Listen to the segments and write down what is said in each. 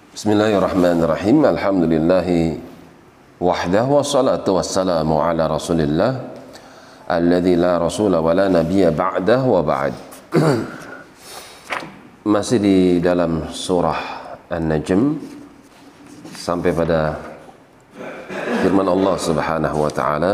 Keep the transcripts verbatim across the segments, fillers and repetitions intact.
Bismillahirrahmanirrahim. Alhamdulillahi wahdahu wassalatu wassalamu ala rasulillah alladzi la rasula wa la nabiyya ba'dah wa ba'd. Masih di dalam surah An-Najm sampai pada firman Allah Subhanahu wa taala,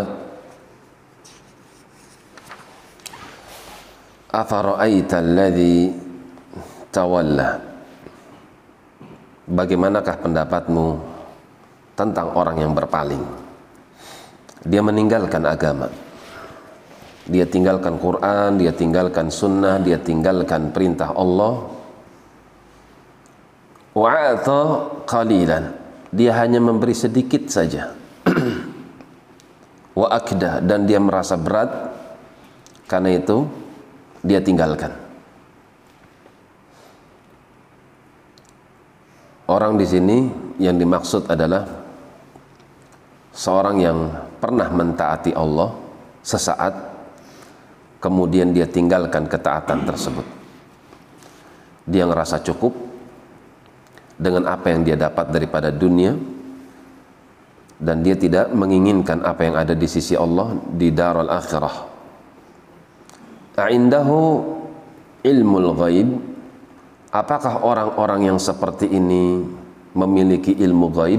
afara'aita alladzi tawalla. Bagaimanakah pendapatmu tentang orang yang berpaling? Dia meninggalkan agama, dia tinggalkan Quran, dia tinggalkan sunnah, dia tinggalkan perintah Allah. Wa'ata qalilan, dia hanya memberi sedikit saja. Wa akda, dan dia merasa berat, karena itu dia tinggalkan. Orang di sini yang dimaksud adalah seorang yang pernah mentaati Allah sesaat, kemudian dia tinggalkan ketaatan tersebut. Dia ngerasa cukup dengan apa yang dia dapat daripada dunia, dan dia tidak menginginkan apa yang ada di sisi Allah di darul akhirah. A'indahu ilmul ghaib. Apakah orang-orang yang seperti ini memiliki ilmu gaib?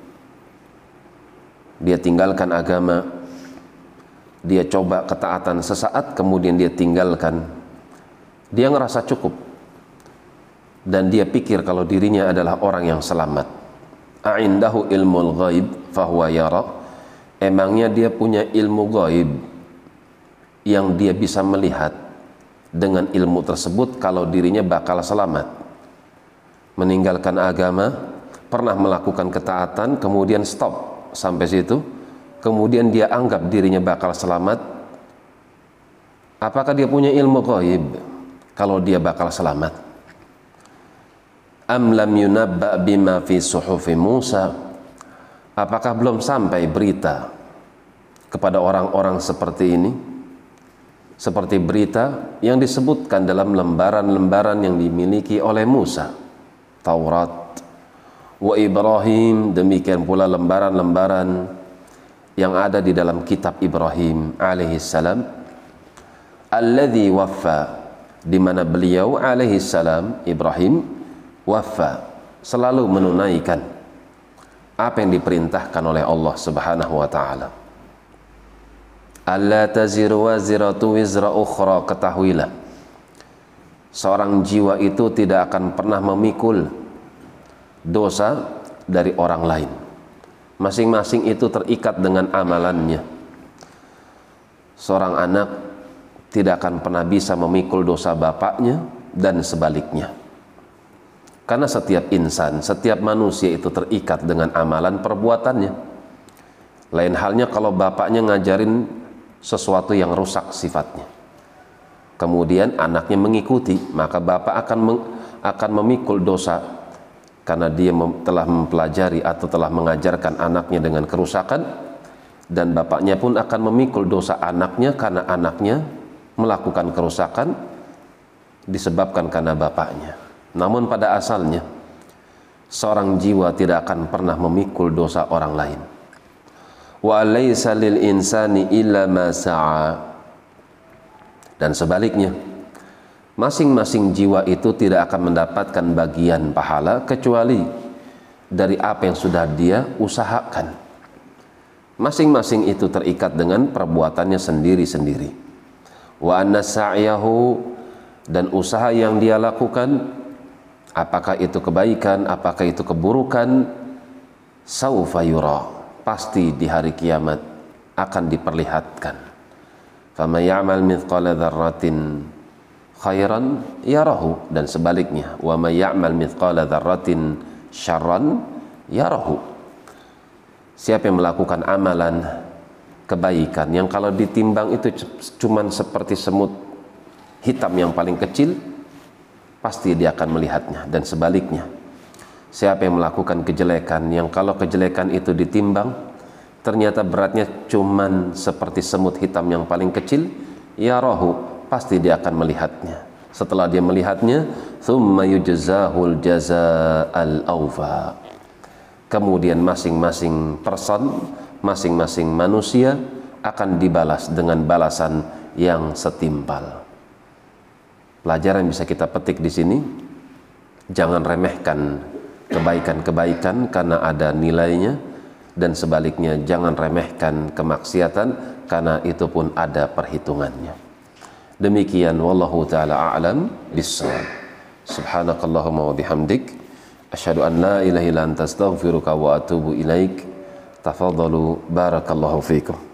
Dia tinggalkan agama, dia coba ketaatan sesaat, kemudian dia tinggalkan. Dia ngerasa cukup, dan dia pikir kalau dirinya adalah orang yang selamat. A'indahu ilmul ghaib fahuwa yara. Emangnya dia punya ilmu gaib yang dia bisa melihat dengan ilmu tersebut kalau dirinya bakal selamat. Meninggalkan agama, pernah melakukan ketaatan, kemudian stop sampai situ, kemudian dia anggap dirinya bakal selamat. Apakah dia punya ilmu ghaib kalau dia bakal selamat? Am lam yunabba bima fi suhufi Musa. Apakah belum sampai berita kepada orang-orang seperti ini, seperti berita yang disebutkan dalam lembaran-lembaran yang dimiliki oleh Musa, Taurat, wa Ibrahim, demikian pula lembaran-lembaran yang ada di dalam kitab Ibrahim alaihi salam, alladzi waffa, di mana beliau alaihi salam, Ibrahim, waffa, selalu menunaikan apa yang diperintahkan oleh Allah Subhanahu wa taala. Alla taziru waziratu wizra ukhra. Ketahuilah, seorang jiwa itu tidak akan pernah memikul dosa dari orang lain. Masing-masing itu terikat dengan amalannya. Seorang anak tidak akan pernah bisa memikul dosa bapaknya dan sebaliknya. Karena setiap insan, setiap manusia itu terikat dengan amalan perbuatannya. Lain halnya kalau bapaknya ngajarin sesuatu yang rusak sifatnya, kemudian anaknya mengikuti, maka bapak akan meng, akan memikul dosa karena dia mem, telah mempelajari atau telah mengajarkan anaknya dengan kerusakan, dan bapaknya pun akan memikul dosa anaknya karena anaknya melakukan kerusakan disebabkan karena bapaknya. Namun pada asalnya seorang jiwa tidak akan pernah memikul dosa orang lain. Wa laysa lil insani illa ma sa'a. Dan sebaliknya, masing-masing jiwa itu tidak akan mendapatkan bagian pahala kecuali dari apa yang sudah dia usahakan. Masing-masing itu terikat dengan perbuatannya sendiri-sendiri. Wa anna sa'yahu, dan usaha yang dia lakukan, apakah itu kebaikan, apakah itu keburukan, saufa yura, pasti di hari kiamat akan diperlihatkan. Faman ya'mal mithqala dzarratin khairan yarahu, dan sebaliknya, wa may ya'mal mithqala dzarratin syarran yarahu. Siapa yang melakukan amalan kebaikan yang kalau ditimbang itu cuman seperti semut hitam yang paling kecil, pasti dia akan melihatnya. Dan sebaliknya, siapa yang melakukan kejelekan yang kalau kejelekan itu ditimbang ternyata beratnya cuman seperti semut hitam yang paling kecil, ya rohu, pasti dia akan melihatnya. Setelah dia melihatnya, thumma yujzahul jazaa'al awfa. Kemudian masing-masing person, masing-masing manusia akan dibalas dengan balasan yang setimpal. Pelajaran yang bisa kita petik di sini, jangan remehkan kebaikan-kebaikan karena ada nilainya, dan sebaliknya jangan remehkan kemaksiatan karena itu pun ada perhitungannya. Demikian wallahu taala a'lam bissawab. Subhanakallahumma wa bihamdik asyhadu an la ilaha illa anta astaghfiruka wa atubu ilaik. Tafadhalu barakallahu fikum.